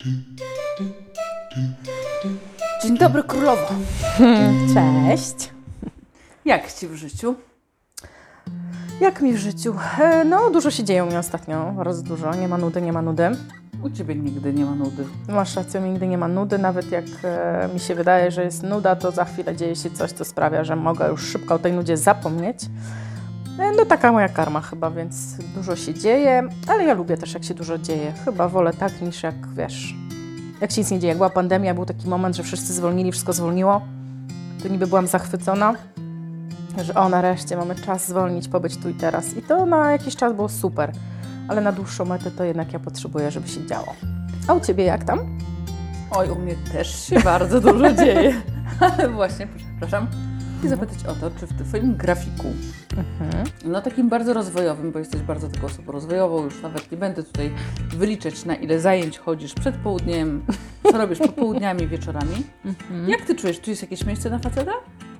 Dzień dobry, królowo. Cześć. Jak ci w życiu? Jak mi w życiu? No, dużo się dzieje u mnie ostatnio, bardzo dużo. Nie ma nudy, nie ma nudy. U ciebie nigdy nie ma nudy. Masz rację, nigdy nie ma nudy. Nawet jak mi się wydaje, że jest nuda, to za chwilę dzieje się coś, co sprawia, że mogę już szybko o tej nudzie zapomnieć. No taka moja karma chyba, więc dużo się dzieje, ale ja lubię też, jak się dużo dzieje. Chyba wolę tak, niż jak, wiesz, jak się nic nie dzieje. Jak była pandemia, był taki moment, że wszyscy zwolnili, wszystko zwolniło, to niby byłam zachwycona, że nareszcie mamy czas zwolnić, pobyć tu i teraz. I to na jakiś czas było super, ale na dłuższą metę to jednak ja potrzebuję, żeby się działo. A u Ciebie jak tam? Oj, u mnie też się bardzo dużo dzieje. Ale właśnie, przepraszam, chcę zapytać o to, czy w Twoim grafiku, no takim bardzo rozwojowym, bo jesteś bardzo taką osobą rozwojową, już nawet nie będę tutaj wyliczać, na ile zajęć chodzisz przed południem, co robisz popołudniami, wieczorami. Jak Ty czujesz? Tu jest jakieś miejsce na faceta?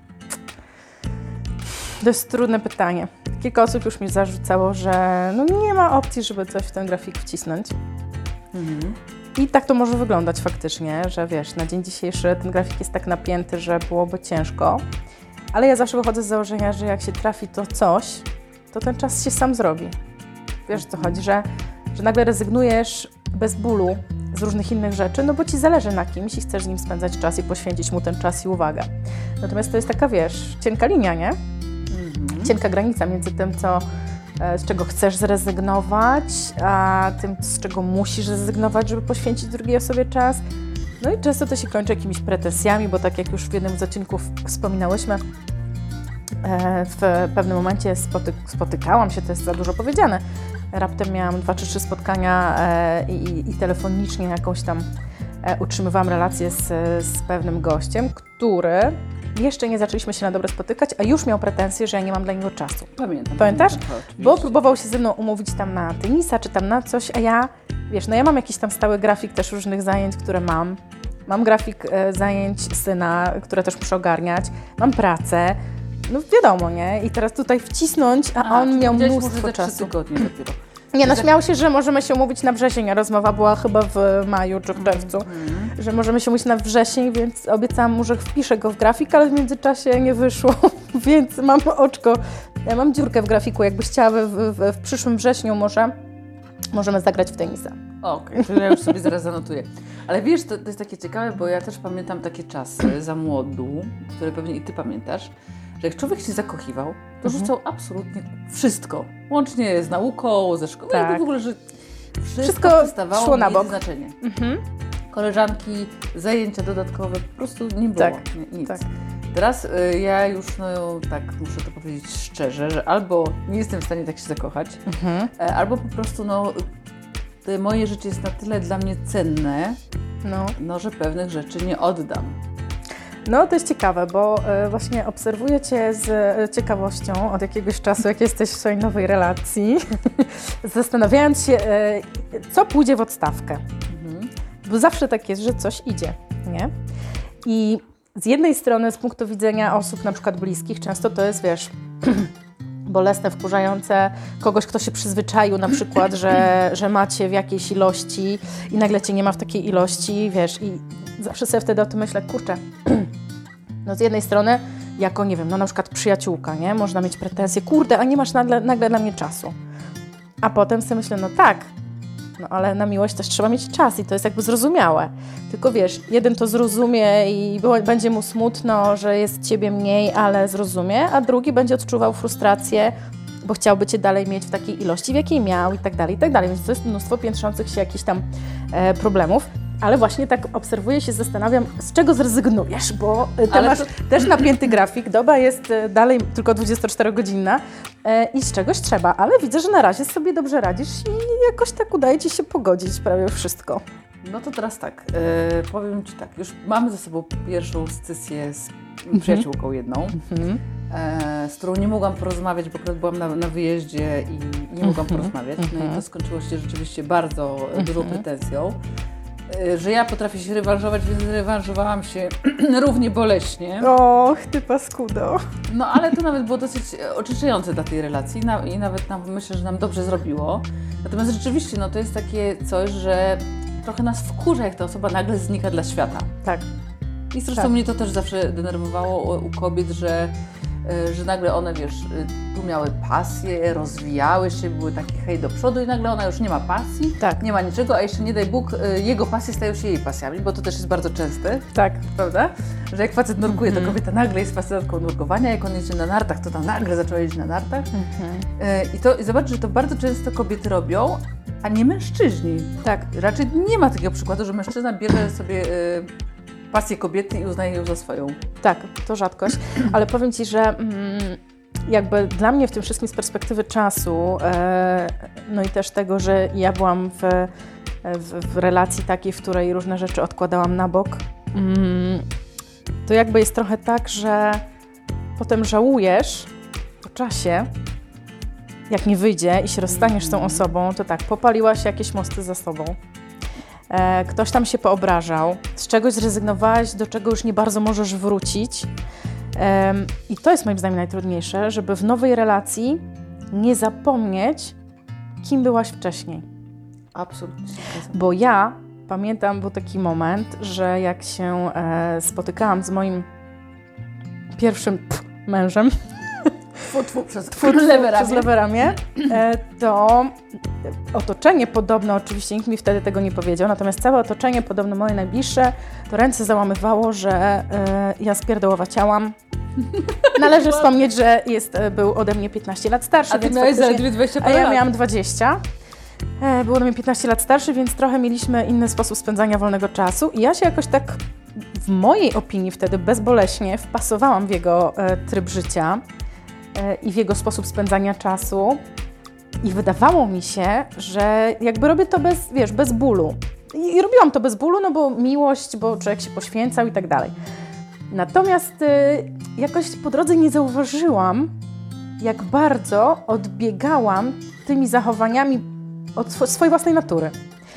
To jest trudne pytanie. Kilka osób już mi zarzucało, że no nie ma opcji, żeby coś w ten grafik wcisnąć. I tak to może wyglądać faktycznie, że wiesz, na dzień dzisiejszy ten grafik jest tak napięty, że byłoby ciężko. Ale ja zawsze wychodzę z założenia, że jak się trafi to coś, to ten czas się sam zrobi. Wiesz, o co chodzi, że nagle rezygnujesz bez bólu z różnych innych rzeczy, no bo Ci zależy na kimś i chcesz z nim spędzać czas i poświęcić mu ten czas i uwagę. Natomiast to jest taka, wiesz, cienka linia, nie? Cienka granica między tym, z czego chcesz zrezygnować, a tym, z czego musisz zrezygnować, żeby poświęcić drugiej osobie czas. No i często to się kończy jakimiś pretensjami, bo tak jak już w jednym z odcinków wspominałyśmy, w pewnym momencie spotykałam się, to jest za dużo powiedziane, raptem miałam 2 czy 3 spotkania i telefonicznie jakąś tam utrzymywałam relację z pewnym gościem, który jeszcze nie zaczęliśmy się na dobre spotykać, a już miał pretensje, że ja nie mam dla niego czasu. Pamiętam. Pamiętasz? Oczywiście. Bo próbował się ze mną umówić tam na tenisa, czy tam na coś, a ja, wiesz, no ja mam jakiś tam stały grafik też różnych zajęć, które mam. Mam grafik zajęć syna, które też muszę ogarniać. Mam pracę. No wiadomo, nie? I teraz tutaj wcisnąć, a on miał mnóstwo może czasu. 3 tygodnie dopiero. Nie, no śmiał się, że możemy się umówić na wrzesień, a rozmowa była chyba w maju czy w czerwcu, że możemy się umówić na wrzesień, więc obiecałam mu, że wpiszę go w grafik, ale w międzyczasie nie wyszło, więc mam oczko, ja mam dziurkę w grafiku, jakbyś chciała w przyszłym wrześniu możemy zagrać w tenisa. Okej, to ja już sobie zaraz zanotuję. Ale wiesz, to jest takie ciekawe, bo ja też pamiętam takie czasy za młodu, które pewnie i Ty pamiętasz, że jak człowiek się zakochiwał, to rzucał absolutnie wszystko. Łącznie z nauką, ze szkołą, Tak. w ogóle, że Wszystko przestawało szło na mieć bok. znaczenie. Koleżanki, zajęcia dodatkowe, po prostu nie było. Tak, Nic. tak. Teraz ja już, tak muszę to powiedzieć szczerze, że albo nie jestem w stanie tak się zakochać, albo po prostu, to moje życie jest na tyle dla mnie cenne, że pewnych rzeczy nie oddam. No to jest ciekawe, bo właśnie obserwuję Cię z ciekawością od jakiegoś czasu, jak jesteś w swojej nowej relacji, zastanawiając się, co pójdzie w odstawkę. Bo zawsze tak jest, że coś idzie, nie? I z jednej strony z punktu widzenia osób na przykład bliskich, często to jest, wiesz, bolesne, wkurzające, kogoś, kto się przyzwyczaił na przykład, że macie w jakiejś ilości i nagle Cię nie ma w takiej ilości, wiesz, i zawsze sobie wtedy o tym myślę, kurczę, no z jednej strony, jako, nie wiem, na przykład przyjaciółka, nie? Można mieć pretensje, kurde, a nie masz nagle dla mnie czasu. A potem sobie myślę, no tak, ale na miłość też trzeba mieć czas i to jest jakby zrozumiałe. Tylko wiesz, jeden to zrozumie i będzie mu smutno, że jest Ciebie mniej, ale zrozumie, a drugi będzie odczuwał frustrację, bo chciałby Cię dalej mieć w takiej ilości, w jakiej miał i tak dalej, więc to jest mnóstwo piętrzących się jakichś tam problemów. Ale właśnie tak obserwuję się, zastanawiam, z czego zrezygnujesz, bo Ty masz też napięty grafik, doba jest dalej tylko 24-godzinna i z czegoś trzeba, ale widzę, że na razie sobie dobrze radzisz i jakoś tak udaje Ci się pogodzić prawie wszystko. No to teraz tak, powiem Ci tak, już mamy ze sobą pierwszą scysję z przyjaciółką jedną, z którą nie mogłam porozmawiać, bo akurat byłam na wyjeździe i nie mogłam porozmawiać. No i to skończyło się rzeczywiście bardzo dużą pretensją, że ja potrafię się rewanżować, więc rewanżowałam się równie boleśnie. Och, Ty paskudo. No ale to nawet było dosyć oczyszczające dla tej relacji i nawet myślę, że nam dobrze zrobiło. Natomiast rzeczywiście, to jest takie coś, że trochę nas wkurza, jak ta osoba nagle znika dla świata. Tak. I zresztą Tak. mnie to też zawsze denerwowało u kobiet, że nagle one, wiesz, tu miały pasję, rozwijały się, były takie hej do przodu i nagle ona już nie ma pasji, Tak. nie ma niczego, a jeszcze nie daj Bóg, jego pasje stają się jej pasjami, bo to też jest bardzo częste, Tak. prawda? Że jak facet nurkuje, to kobieta nagle jest fascynatką nurkowania, jak on jeździ na nartach, to ta nagle zaczęła jeździć na nartach. I zobacz, że to bardzo często kobiety robią, a nie mężczyźni. Tak. Raczej nie ma takiego przykładu, że mężczyzna bierze sobie pasję kobiety i uznaje ją za swoją. Tak, to rzadkość, ale powiem Ci, że jakby dla mnie w tym wszystkim z perspektywy czasu, no i też tego, że ja byłam w relacji takiej, w której różne rzeczy odkładałam na bok, to jakby jest trochę tak, że potem żałujesz po czasie, jak nie wyjdzie i się rozstaniesz z tą osobą, to tak, popaliłaś jakieś mosty za sobą. Ktoś tam się poobrażał, z czegoś zrezygnowałaś, do czego już nie bardzo możesz wrócić. I to jest moim zdaniem najtrudniejsze, żeby w nowej relacji nie zapomnieć, kim byłaś wcześniej. Absolutnie. Bo ja pamiętam, był taki moment, że jak się spotykałam z moim pierwszym mężem, Przez lewe ramię. przez lewe ramię, to otoczenie podobno, oczywiście nikt mi wtedy tego nie powiedział, natomiast całe otoczenie, podobno moje najbliższe, to ręce załamywało, że ja spierdołowaciałam. Należy wspomnieć, że był ode mnie 15 lat starszy. A ty więc miałeś faktycznie- zaledwie 20 A ja lat. miałam 20. Był ode mnie 15 lat starszy, więc trochę mieliśmy inny sposób spędzania wolnego czasu i ja się jakoś tak, w mojej opinii wtedy, bezboleśnie wpasowałam w jego tryb życia i w jego sposób spędzania czasu i wydawało mi się, że jakby robię to bez bólu. I robiłam to bez bólu, no bo miłość, bo człowiek się poświęcał i tak dalej. Natomiast jakoś po drodze nie zauważyłam, jak bardzo odbiegałam tymi zachowaniami od swojej własnej natury.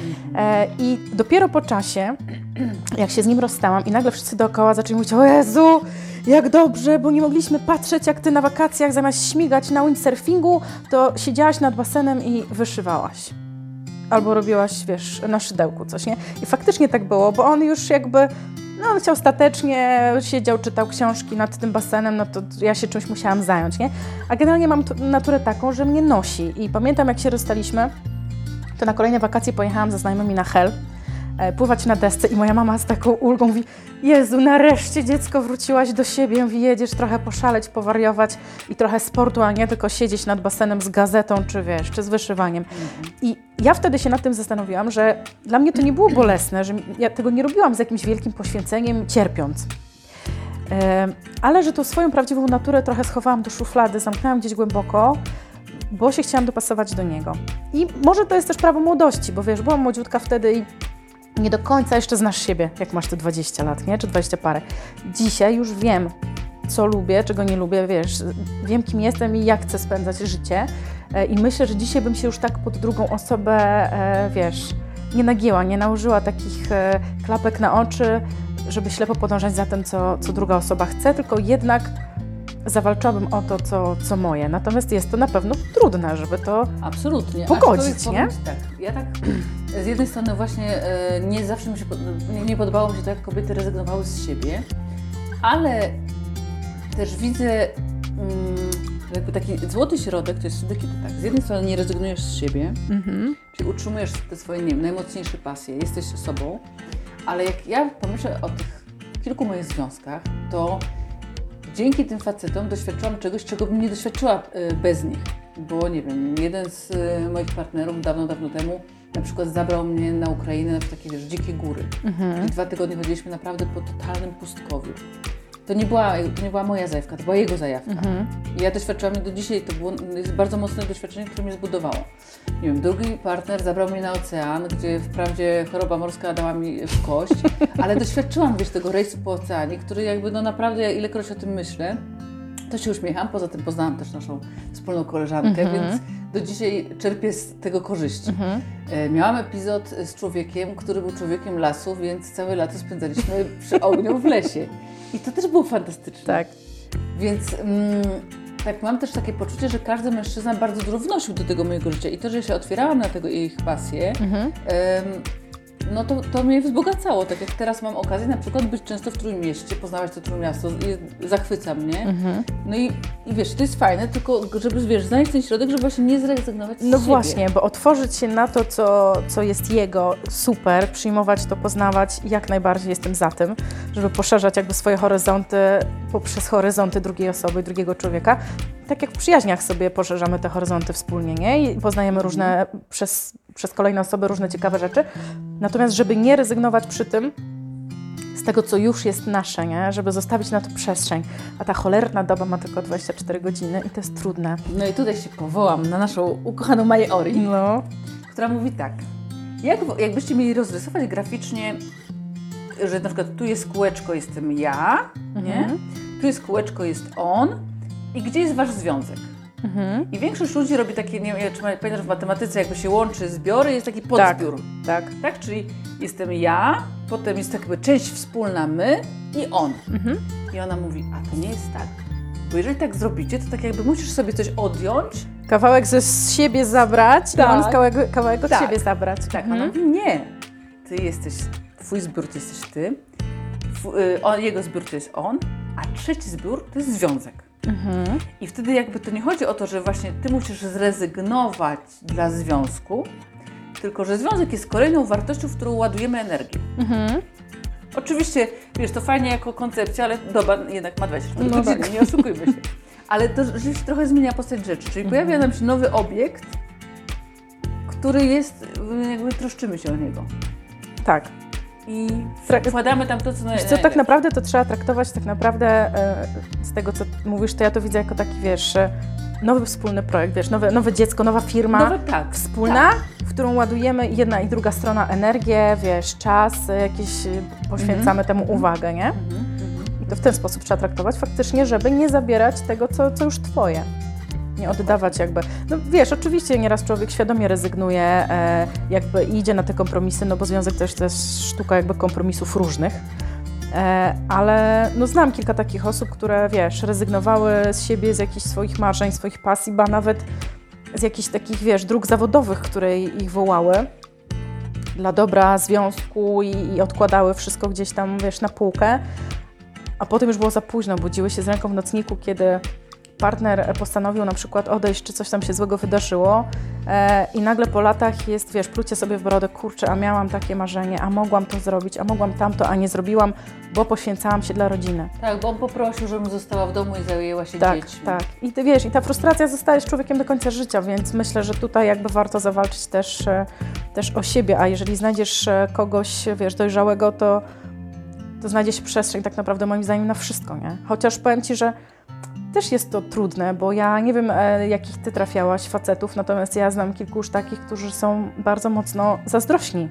I dopiero po czasie, jak się z nim rozstałam i nagle wszyscy dookoła zaczęli mówić: o Jezu, jak dobrze, bo nie mogliśmy patrzeć, jak ty na wakacjach zamiast śmigać na windsurfingu, to siedziałaś nad basenem i wyszywałaś. Albo robiłaś, wiesz, na szydełku coś, nie? I faktycznie tak było, bo on już jakby, no on chciał statecznie, siedział, czytał książki nad tym basenem, no to ja się czymś musiałam zająć, nie? A generalnie mam naturę taką, że mnie nosi. I pamiętam, jak się rozstaliśmy, to na kolejne wakacje pojechałam ze znajomymi na Hel, pływać na desce i moja mama z taką ulgą mówi: Jezu, nareszcie dziecko wróciłaś do siebie, mówi, jedziesz trochę poszaleć, powariować i trochę sportu, a nie tylko siedzieć nad basenem z gazetą, czy wiesz, czy z wyszywaniem. I ja wtedy się nad tym zastanowiłam, że dla mnie to nie było bolesne, że ja tego nie robiłam z jakimś wielkim poświęceniem, cierpiąc. Ale że tą swoją prawdziwą naturę trochę schowałam do szuflady, zamknęłam gdzieś głęboko, bo się chciałam dopasować do niego. I może to jest też prawo młodości, bo wiesz, byłam młodziutka wtedy i nie do końca jeszcze znasz siebie, jak masz te 20 lat, nie? Czy 20 parę. Dzisiaj już wiem, co lubię, czego nie lubię, wiesz, wiem, kim jestem i jak chcę spędzać życie. I myślę, że dzisiaj bym się już tak pod drugą osobę, wiesz, nie nagięła, nie nałożyła takich klapek na oczy, żeby ślepo podążać za tym, co druga osoba chce, tylko jednak zawalczyłabym o to, co moje. Natomiast jest to na pewno trudne, żeby to absolutnie pogodzić, Aczkolwiek nie? powiem ci tak, ja tak z jednej strony właśnie nie zawsze nie podobało mi się to, jak kobiety rezygnowały z siebie, ale też widzę jakby taki złoty środek, to jest wtedy, kiedy tak, z jednej strony nie rezygnujesz z siebie, czyli utrzymujesz te swoje, nie wiem, najmocniejsze pasje, jesteś sobą, ale jak ja pomyślę o tych kilku moich związkach, to dzięki tym facetom doświadczyłam czegoś, czego bym nie doświadczyła bez nich. Bo nie wiem, jeden z moich partnerów dawno temu na przykład zabrał mnie na Ukrainę w takie, wiesz, dzikie góry. I 2 tygodnie chodziliśmy naprawdę po totalnym pustkowiu. To nie była moja zajawka, to była jego zajawka. I ja doświadczyłam do dzisiaj, jest bardzo mocne doświadczenie, które mnie zbudowało. Nie wiem, drugi partner zabrał mnie na ocean, gdzie wprawdzie choroba morska dała mi w kość, ale doświadczyłam, wiesz, tego rejsu po oceanie, który jakby, no naprawdę, ilekroć o tym myślę, to się uśmiecham. Poza tym poznałam też naszą wspólną koleżankę, więc do dzisiaj czerpię z tego korzyści. Miałam epizod z człowiekiem, który był człowiekiem lasu, więc całe lato spędzaliśmy przy ogniu w lesie. I to też było fantastyczne. Tak. Więc tak, mam też takie poczucie, że każdy mężczyzna bardzo dużo wnosił do tego mojego życia. I to, że się otwierałam na tego ich pasję, no to mnie wzbogacało, tak jak teraz mam okazję na przykład być często w Trójmieście, poznawać to Trójmiasto, zachwyca mnie. No i wiesz, to jest fajne, tylko żeby, wiesz, znaleźć ten środek, żeby właśnie nie zrezygnować z No siebie. właśnie, bo otworzyć się na to, co jest jego, super, przyjmować to, poznawać, jak najbardziej jestem za tym, żeby poszerzać jakby swoje horyzonty poprzez horyzonty drugiej osoby, drugiego człowieka. Tak jak w przyjaźniach sobie poszerzamy te horyzonty wspólnie, nie? I poznajemy różne, przez kolejne osoby różne ciekawe rzeczy. Natomiast żeby nie rezygnować przy tym z tego, co już jest nasze, nie? Żeby zostawić na to przestrzeń. A ta cholerna doba ma tylko 24 godziny i to jest trudne. No i tutaj się powołam na naszą ukochaną Maję Ori, No. która mówi tak, jakbyście mieli rozrysować graficznie, że na przykład tu jest kółeczko, jestem ja, nie? Tu jest kółeczko, jest on i gdzie jest wasz związek? I większość ludzi robi takie, nie wiem, czy pamiętasz w matematyce, jakby się łączy zbiory, jest taki podzbiór. Tak? Czyli jestem ja, potem jest jakby część wspólna my i on. I ona mówi, a to nie jest tak. Bo jeżeli tak zrobicie, to tak jakby musisz sobie coś odjąć. Kawałek z siebie zabrać, Tak. a on kawałek od siebie zabrać. Tak, ona mówi, nie. Twój zbiór to jesteś ty, jego zbiór to jest on, a trzeci zbiór to jest związek. I wtedy jakby to nie chodzi o to, że właśnie ty musisz zrezygnować dla związku, tylko że związek jest kolejną wartością, w którą ładujemy energię. Oczywiście, wiesz, to fajnie jako koncepcja, ale doba jednak ma 24 godziny, tak. nie oszukujmy się. Ale to rzeczywiście trochę zmienia postać rzeczy, czyli pojawia nam się nowy obiekt, który jest, jakby troszczymy się o niego. Tak. I wkładamy tam to, co Wiesz co, tak naprawdę to trzeba traktować tak naprawdę z tego, co mówisz, to ja to widzę jako taki, wiesz, nowy wspólny projekt, wiesz, nowe dziecko, nowa firma wspólna, w którą ładujemy jedna i druga strona energię, wiesz, czas, jakieś poświęcamy temu uwagę, nie? I to w ten sposób trzeba traktować faktycznie, żeby nie zabierać tego, co już twoje. Nie oddawać jakby. No wiesz, oczywiście nieraz człowiek świadomie rezygnuje, jakby idzie na te kompromisy, no bo związek też to jest sztuka jakby kompromisów różnych. Ale no znam kilka takich osób, które wiesz, rezygnowały z siebie, z jakichś swoich marzeń, swoich pasji, ba nawet z jakichś takich, wiesz, dróg zawodowych, które ich wołały dla dobra związku i odkładały wszystko gdzieś tam, wiesz, na półkę. A potem już było za późno, budziły się z ręką w nocniku, kiedy partner postanowił na przykład odejść, czy coś tam się złego wydarzyło i nagle po latach jest, wiesz, plucie sobie w brodę, kurczę, a miałam takie marzenie, a mogłam to zrobić, a mogłam tamto, a nie zrobiłam, bo poświęcałam się dla rodziny. Tak, bo on poprosił, żebym została w domu i zajęła się dziećmi. Tak. I ty wiesz, i ta frustracja zostaje z człowiekiem do końca życia, więc myślę, że tutaj jakby warto zawalczyć też o siebie, a jeżeli znajdziesz kogoś, wiesz, dojrzałego, to znajdzie się przestrzeń tak naprawdę moim zdaniem na wszystko, nie? Chociaż powiem Ci, że też jest to trudne, bo ja nie wiem, jakich Ty trafiałaś facetów, natomiast ja znam kilku już takich, którzy są bardzo mocno zazdrośni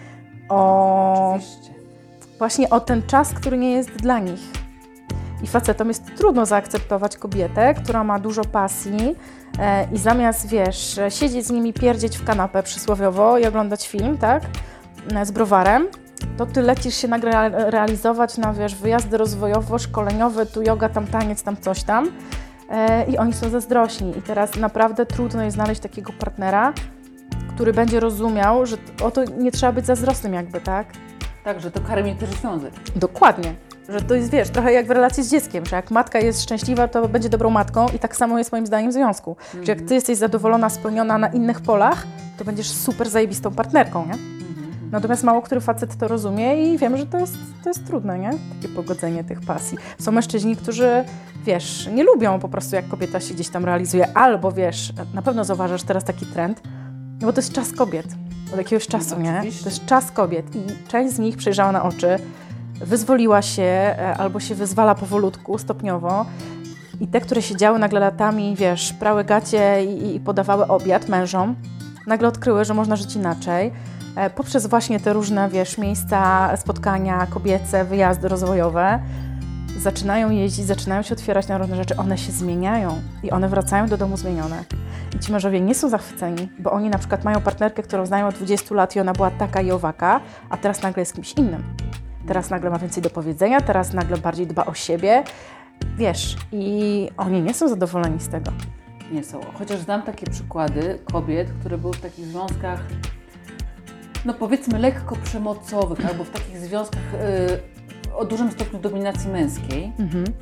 Oczywiście. właśnie o ten czas, który nie jest dla nich. I facetom jest trudno zaakceptować kobietę, która ma dużo pasji i zamiast, wiesz, siedzieć z nimi, pierdzieć w kanapę przysłowiowo i oglądać film, tak, z browarem, to Ty lecisz się nagle realizować na, wiesz, wyjazdy rozwojowo-szkoleniowe, tu joga, tam taniec, tam coś tam i oni są zazdrośni. I teraz naprawdę trudno jest znaleźć takiego partnera, który będzie rozumiał, że o to nie trzeba być zazdrosnym jakby, tak? Tak, że to karmi też związek. Dokładnie. Że to jest, wiesz, trochę jak w relacji z dzieckiem, że jak matka jest szczęśliwa, to będzie dobrą matką i tak samo jest moim zdaniem w związku. Że jak Ty jesteś zadowolona, spełniona na innych polach, to będziesz super zajebistą partnerką, nie? Natomiast mało który facet to rozumie i wiem, że to jest trudne, nie? Takie pogodzenie tych pasji. Są mężczyźni, którzy, wiesz, nie lubią po prostu, jak kobieta się gdzieś tam realizuje, albo, wiesz, na pewno zauważasz teraz taki trend, no bo to jest czas kobiet, od jakiegoś czasu, nie? To jest czas kobiet i część z nich przejrzała na oczy, wyzwoliła się albo się wyzwala powolutku, stopniowo i te, które siedziały nagle latami, wiesz, prały gacie i podawały obiad mężom, nagle odkryły, że można żyć inaczej, poprzez właśnie te różne, wiesz, miejsca, spotkania kobiece, wyjazdy rozwojowe, zaczynają jeździć, zaczynają się otwierać na różne rzeczy, one się zmieniają i one wracają do domu zmienione. I ci mężowie nie są zachwyceni, bo oni na przykład mają partnerkę, którą znają od 20 lat i ona była taka i owaka, a teraz nagle jest kimś innym. Teraz nagle ma więcej do powiedzenia, teraz nagle bardziej dba o siebie, wiesz, i oni nie są zadowoleni z tego. Nie są. Chociaż znam takie przykłady kobiet, które były w takich związkach no powiedzmy lekko przemocowych albo w takich związkach o dużym stopniu dominacji męskiej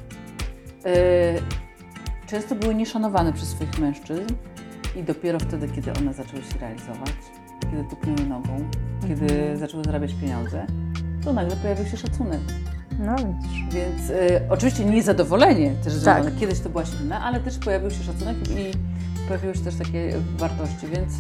często były nieszanowane przez swoich mężczyzn i dopiero wtedy, kiedy one zaczęły się realizować, kiedy tupnęły nogą, kiedy zaczęły zarabiać pieniądze, to nagle pojawił się szacunek. No widzisz. Więc oczywiście niezadowolenie też Tak. związane. Kiedyś to była silna, ale też pojawił się szacunek i pojawiły się też takie wartości, więc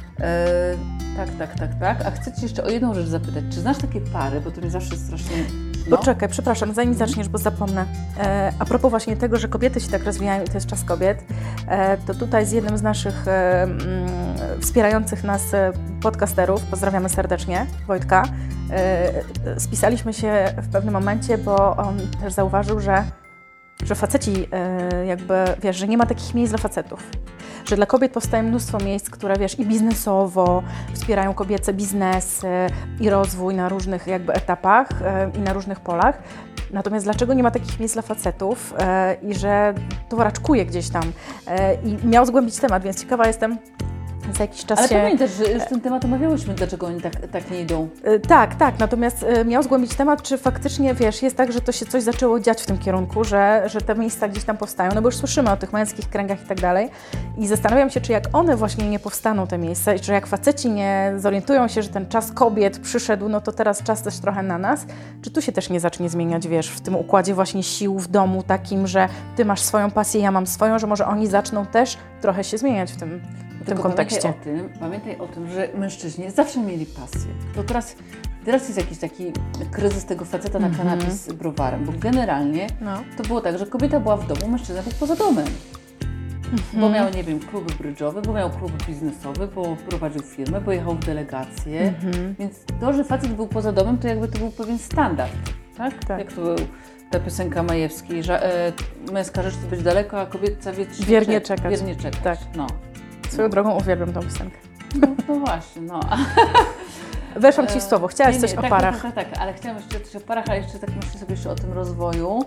tak. A chcę Cię jeszcze o jedną rzecz zapytać. Czy znasz takie pary, bo to mi zawsze strasznie... No. Poczekaj, przepraszam, zanim zaczniesz, bo zapomnę. A propos właśnie tego, że kobiety się tak rozwijają i to jest czas kobiet, to tutaj z jednym z naszych wspierających nas podcasterów, pozdrawiamy serdecznie, Wojtka, spisaliśmy się w pewnym momencie, bo on też zauważył, że faceci jakby, wiesz, że nie ma takich miejsc dla facetów. Że dla kobiet powstaje mnóstwo miejsc, które, wiesz, i biznesowo wspierają kobiece biznesy i rozwój na różnych jakby etapach i na różnych polach. Natomiast dlaczego nie ma takich miejsc dla facetów i że to raczkuje gdzieś tam i miał zgłębić temat, więc ciekawa jestem, za jakiś czas Ale się... pamiętasz, że już ten temat omawiałyśmy, dlaczego oni tak nie idą. Tak, natomiast miał zgłębić temat, czy faktycznie, wiesz, jest tak, że to się coś zaczęło dziać w tym kierunku, że te miejsca gdzieś tam powstają, no bo już słyszymy o tych męskich kręgach i tak dalej i zastanawiam się, czy jak one właśnie nie powstaną, te miejsca, i czy jak faceci nie zorientują się, że ten czas kobiet przyszedł, no to teraz czas też trochę na nas, czy tu się też nie zacznie zmieniać, wiesz, w tym układzie właśnie sił w domu takim, że ty masz swoją pasję, ja mam swoją, że może oni zaczną też trochę się zmieniać w tym kontekście. Pamiętaj o tym, że mężczyźni zawsze mieli pasję. To teraz jest jakiś taki kryzys tego faceta na kanapie z browarem, bo generalnie to było tak, że kobieta była w domu, mężczyzna był poza domem. Bo miał, nie wiem, kluby brydżowe, bo miał kluby biznesowe, bo prowadził firmę, bo jechał w delegacje. Więc to, że facet był poza domem, to jakby to był pewien standard. Tak? Jak to był ta piosenka Majewskiej, że męska rzecz to być daleko, a kobieca wiernie czekać. Wiernie czekać. Tak. No. Swoją drogą uwielbiam tą piosenkę. No właśnie, no. Weszłam Ci w słowo, chciałaś coś o parach. Tak, ale chciałam jeszcze coś o parach, ale jeszcze tak myślę sobie jeszcze o tym rozwoju.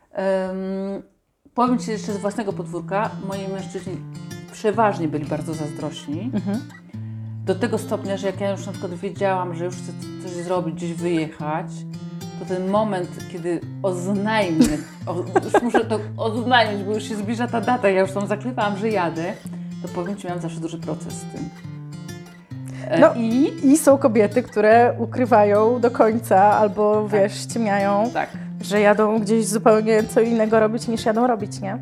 Powiem Ci jeszcze z własnego podwórka, moi mężczyźni przeważnie byli bardzo zazdrośni. Do tego stopnia, że jak ja już na przykład wiedziałam, że już chcę coś zrobić, gdzieś wyjechać, to ten moment, kiedy oznajmię, już muszę to oznajmić, bo już się zbliża ta data, ja już tam zaklewałam, że jadę, to powiem Ci, miałam zawsze duży proces z tym. No i są kobiety, które ukrywają do końca albo, wiesz, ściemniają, że jadą gdzieś zupełnie co innego robić niż jadą robić, nie?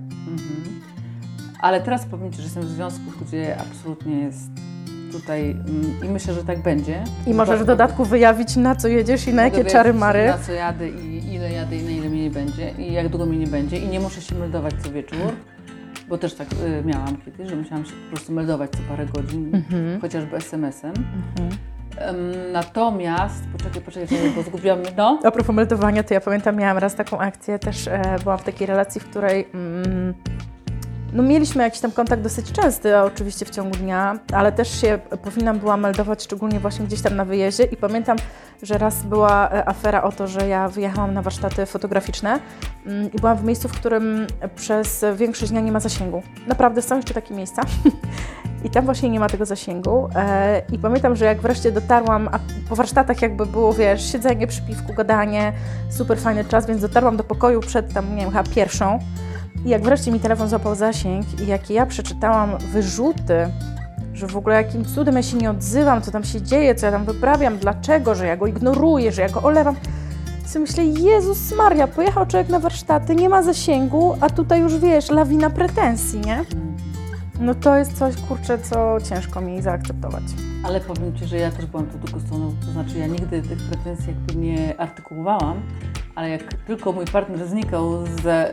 Ale teraz powiem Ci, że jestem w związku, gdzie absolutnie jest tutaj i myślę, że tak będzie. I możesz w dodatku wyjawić, na co jedziesz i na jakie czary-mary. Na co jadę i ile jadę i na ile mnie nie będzie i jak długo mnie nie będzie i nie muszę się meldować co wieczór, bo też tak miałam kiedyś, że musiałam się po prostu meldować co parę godzin, chociażby SMS-em. Natomiast, poczekaj, bo zgubiłam, no. A propos meldowania, to ja pamiętam, miałam raz taką akcję, też byłam w takiej relacji, w której no mieliśmy jakiś tam kontakt dosyć częsty, oczywiście w ciągu dnia, ale też się powinnam była meldować, szczególnie właśnie gdzieś tam na wyjeździe i pamiętam, że raz była afera o to, że ja wyjechałam na warsztaty fotograficzne i byłam w miejscu, w którym przez większość dnia nie ma zasięgu. Naprawdę, są jeszcze takie miejsca i tam właśnie nie ma tego zasięgu i pamiętam, że jak wreszcie dotarłam, a po warsztatach jakby było, wiesz, siedzenie przy piwku, gadanie, super fajny czas, więc dotarłam do pokoju przed tam, nie wiem, chyba pierwszą. I jak wreszcie mi telefon złapał zasięg i jak ja przeczytałam wyrzuty, że w ogóle jakim cudem ja się nie odzywam, co tam się dzieje, co ja tam wyprawiam, dlaczego, że ja go ignoruję, że ja go olewam, to myślę, Jezus Maria, pojechał człowiek na warsztaty, nie ma zasięgu, a tutaj już wiesz, lawina pretensji, nie? No to jest coś, kurczę, co ciężko mi zaakceptować. Ale powiem Ci, że ja też byłam tu drugą stroną, to znaczy ja nigdy tych pretensji jakby nie artykułowałam, ale jak tylko mój partner znikał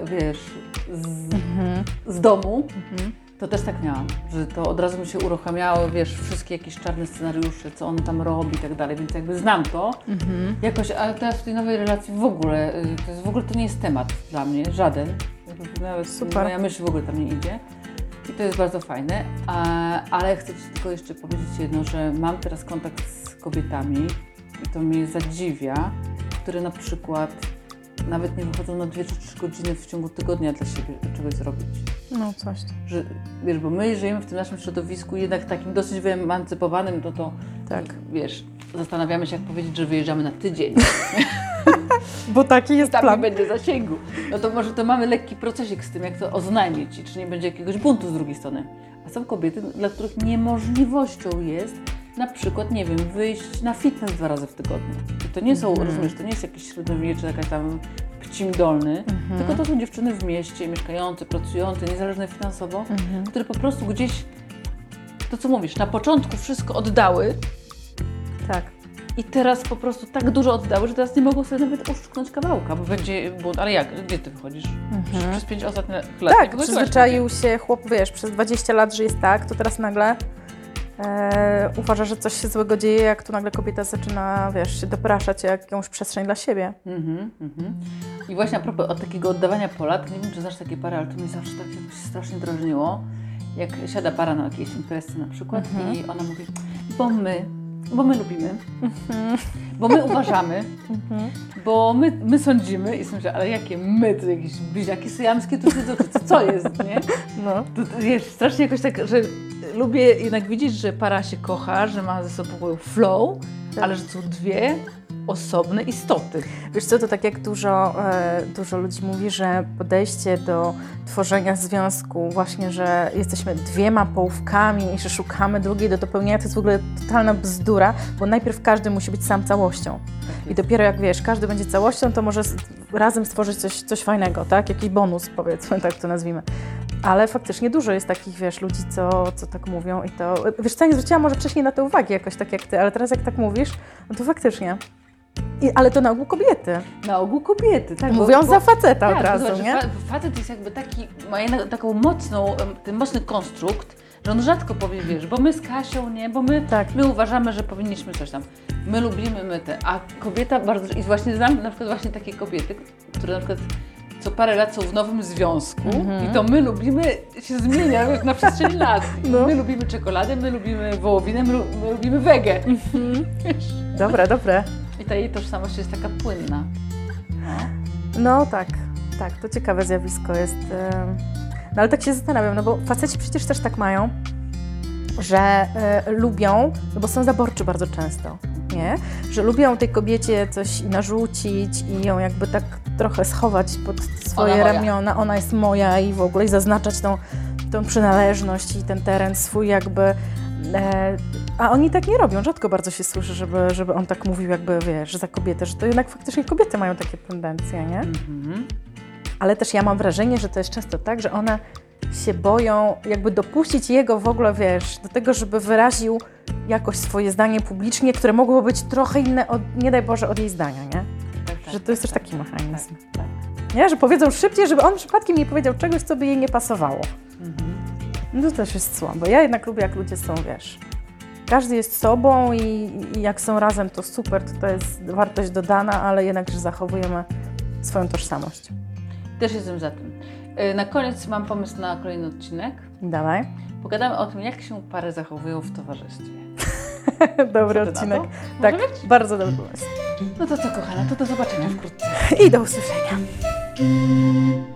z domu, to też tak miałam, że to od razu mi się uruchamiały, wiesz, wszystkie jakieś czarne scenariusze, co on tam robi i tak dalej, więc jakby znam to jakoś, ale teraz w tej nowej relacji w ogóle to nie jest temat dla mnie, żaden. Nawet super. Moja myśl w ogóle tam nie idzie. I to jest bardzo fajne, ale chcę Ci tylko jeszcze powiedzieć jedno, że mam teraz kontakt z kobietami i to mnie zadziwia, które na przykład nawet nie wychodzą na 2 czy 3 godziny w ciągu tygodnia dla siebie czegoś zrobić. No coś. Że, wiesz, bo my żyjemy w tym naszym środowisku jednak takim dosyć wyemancypowanym, to tak. Wiesz, zastanawiamy się, jak powiedzieć, że wyjeżdżamy na tydzień. Bo taki jest Tam nie plan. będzie zasięgu. No to może to mamy lekki procesik z tym, jak to oznajmić i czy nie będzie jakiegoś buntu z drugiej strony. A są kobiety, dla których niemożliwością jest na przykład, nie wiem, wyjść na fitness 2 razy w tygodniu. I to nie są, rozumiesz, to nie jest jakieś średniowiecze, jakaś tam Pcim Dolny, tylko to są dziewczyny w mieście, mieszkające, pracujące, niezależne finansowo, które po prostu gdzieś, to co mówisz, na początku wszystko oddały, Tak. i teraz po prostu tak dużo oddały, że teraz nie mogą sobie nawet uszczknąć kawałka, bo będzie bunt. Ale jak? Gdzie ty wychodzisz? Przez 5 ostatnich lat nie Tak, wychodziłaś, przyzwyczaił się chłop, wiesz, przez 20 lat, że jest tak, to teraz nagle uważa, że coś się złego dzieje, jak tu nagle kobieta zaczyna, wiesz, się dopraszać jakąś przestrzeń dla siebie. I właśnie a propos od takiego oddawania Polak, nie wiem, czy znasz takie pary, ale to mnie zawsze tak jakoś strasznie drażniło. Jak siada para na jakiejś imprezie na przykład i ona mówi, bo my lubimy, bo my uważamy, bo my sądzimy i myślę, ale jakie my, to jakieś bliźniaki syjamskie, to co jest, nie? No. To jest strasznie jakoś tak, że lubię jednak widzieć, że para się kocha, że ma ze sobą flow, ale że są dwie osobne istoty. Wiesz co, to tak jak dużo ludzi mówi, że podejście do tworzenia związku, właśnie, że jesteśmy 2 połówkami i że szukamy drugiej do dopełnienia, to jest w ogóle totalna bzdura, bo najpierw każdy musi być sam całością. I dopiero jak wiesz, każdy będzie całością, to może razem stworzyć coś fajnego, tak? Jakiś bonus, powiedzmy, tak to nazwijmy. Ale faktycznie dużo jest takich, wiesz, ludzi, co tak mówią i to... Wiesz co, nie zwróciłam może wcześniej na to uwagi jakoś tak jak ty, ale teraz jak tak mówisz, no to faktycznie. Ale to na ogół kobiety. Na ogół kobiety, tak. Mówią za faceta tak, od razu, zobacz, nie? Facet jest jakby taki, ma jednak taką mocną, ten mocny konstrukt, że on rzadko powie, wiesz, bo my z Kasią, nie, bo my, Tak. my uważamy, że powinniśmy coś tam. My lubimy, a kobieta bardzo, i właśnie znam na przykład właśnie takie kobiety, które na przykład co parę lat są w nowym związku i to my lubimy się zmienia wiesz, na przestrzeni lat. No. My lubimy czekoladę, my lubimy wołowinę, my lubimy wege. Wiesz? Dobre. I ta jej tożsamość jest taka płynna. No tak, to ciekawe zjawisko jest. No ale tak się zastanawiam, no bo faceci przecież też tak mają, że lubią, no bo są zaborczy bardzo często, nie? Że lubią tej kobiecie coś narzucić i ją jakby tak trochę schować pod swoje Ona moja. ramiona, ona jest moja i w ogóle i zaznaczać tą przynależność i ten teren swój jakby. A oni tak nie robią, rzadko bardzo się słyszy, żeby on tak mówił jakby, wiesz, za kobietę, że to jednak faktycznie kobiety mają takie tendencje, nie? Ale też ja mam wrażenie, że to jest często tak, że one się boją jakby dopuścić jego w ogóle, wiesz, do tego, żeby wyraził jakoś swoje zdanie publicznie, które mogło być trochę inne, nie daj Boże, od jej zdania, nie? Tak, Że to jest też taki mechanizm. Tak. Nie? Że powiedzą szybciej, żeby on przypadkiem nie powiedział czegoś, co by jej nie pasowało. No to też jest słabo. Ja jednak lubię, jak ludzie są, wiesz, każdy jest sobą i jak są razem, to super, to jest wartość dodana, ale jednak, że zachowujemy swoją tożsamość. Też jestem za tym. Na koniec mam pomysł na kolejny odcinek. Dawaj. Pogadamy o tym, jak się pary zachowują w towarzystwie. Dobry Co ty na odcinek. to? Tak, Może być? bardzo dobry pomysł. No to co, kochana, to do zobaczenia wkrótce. I do usłyszenia.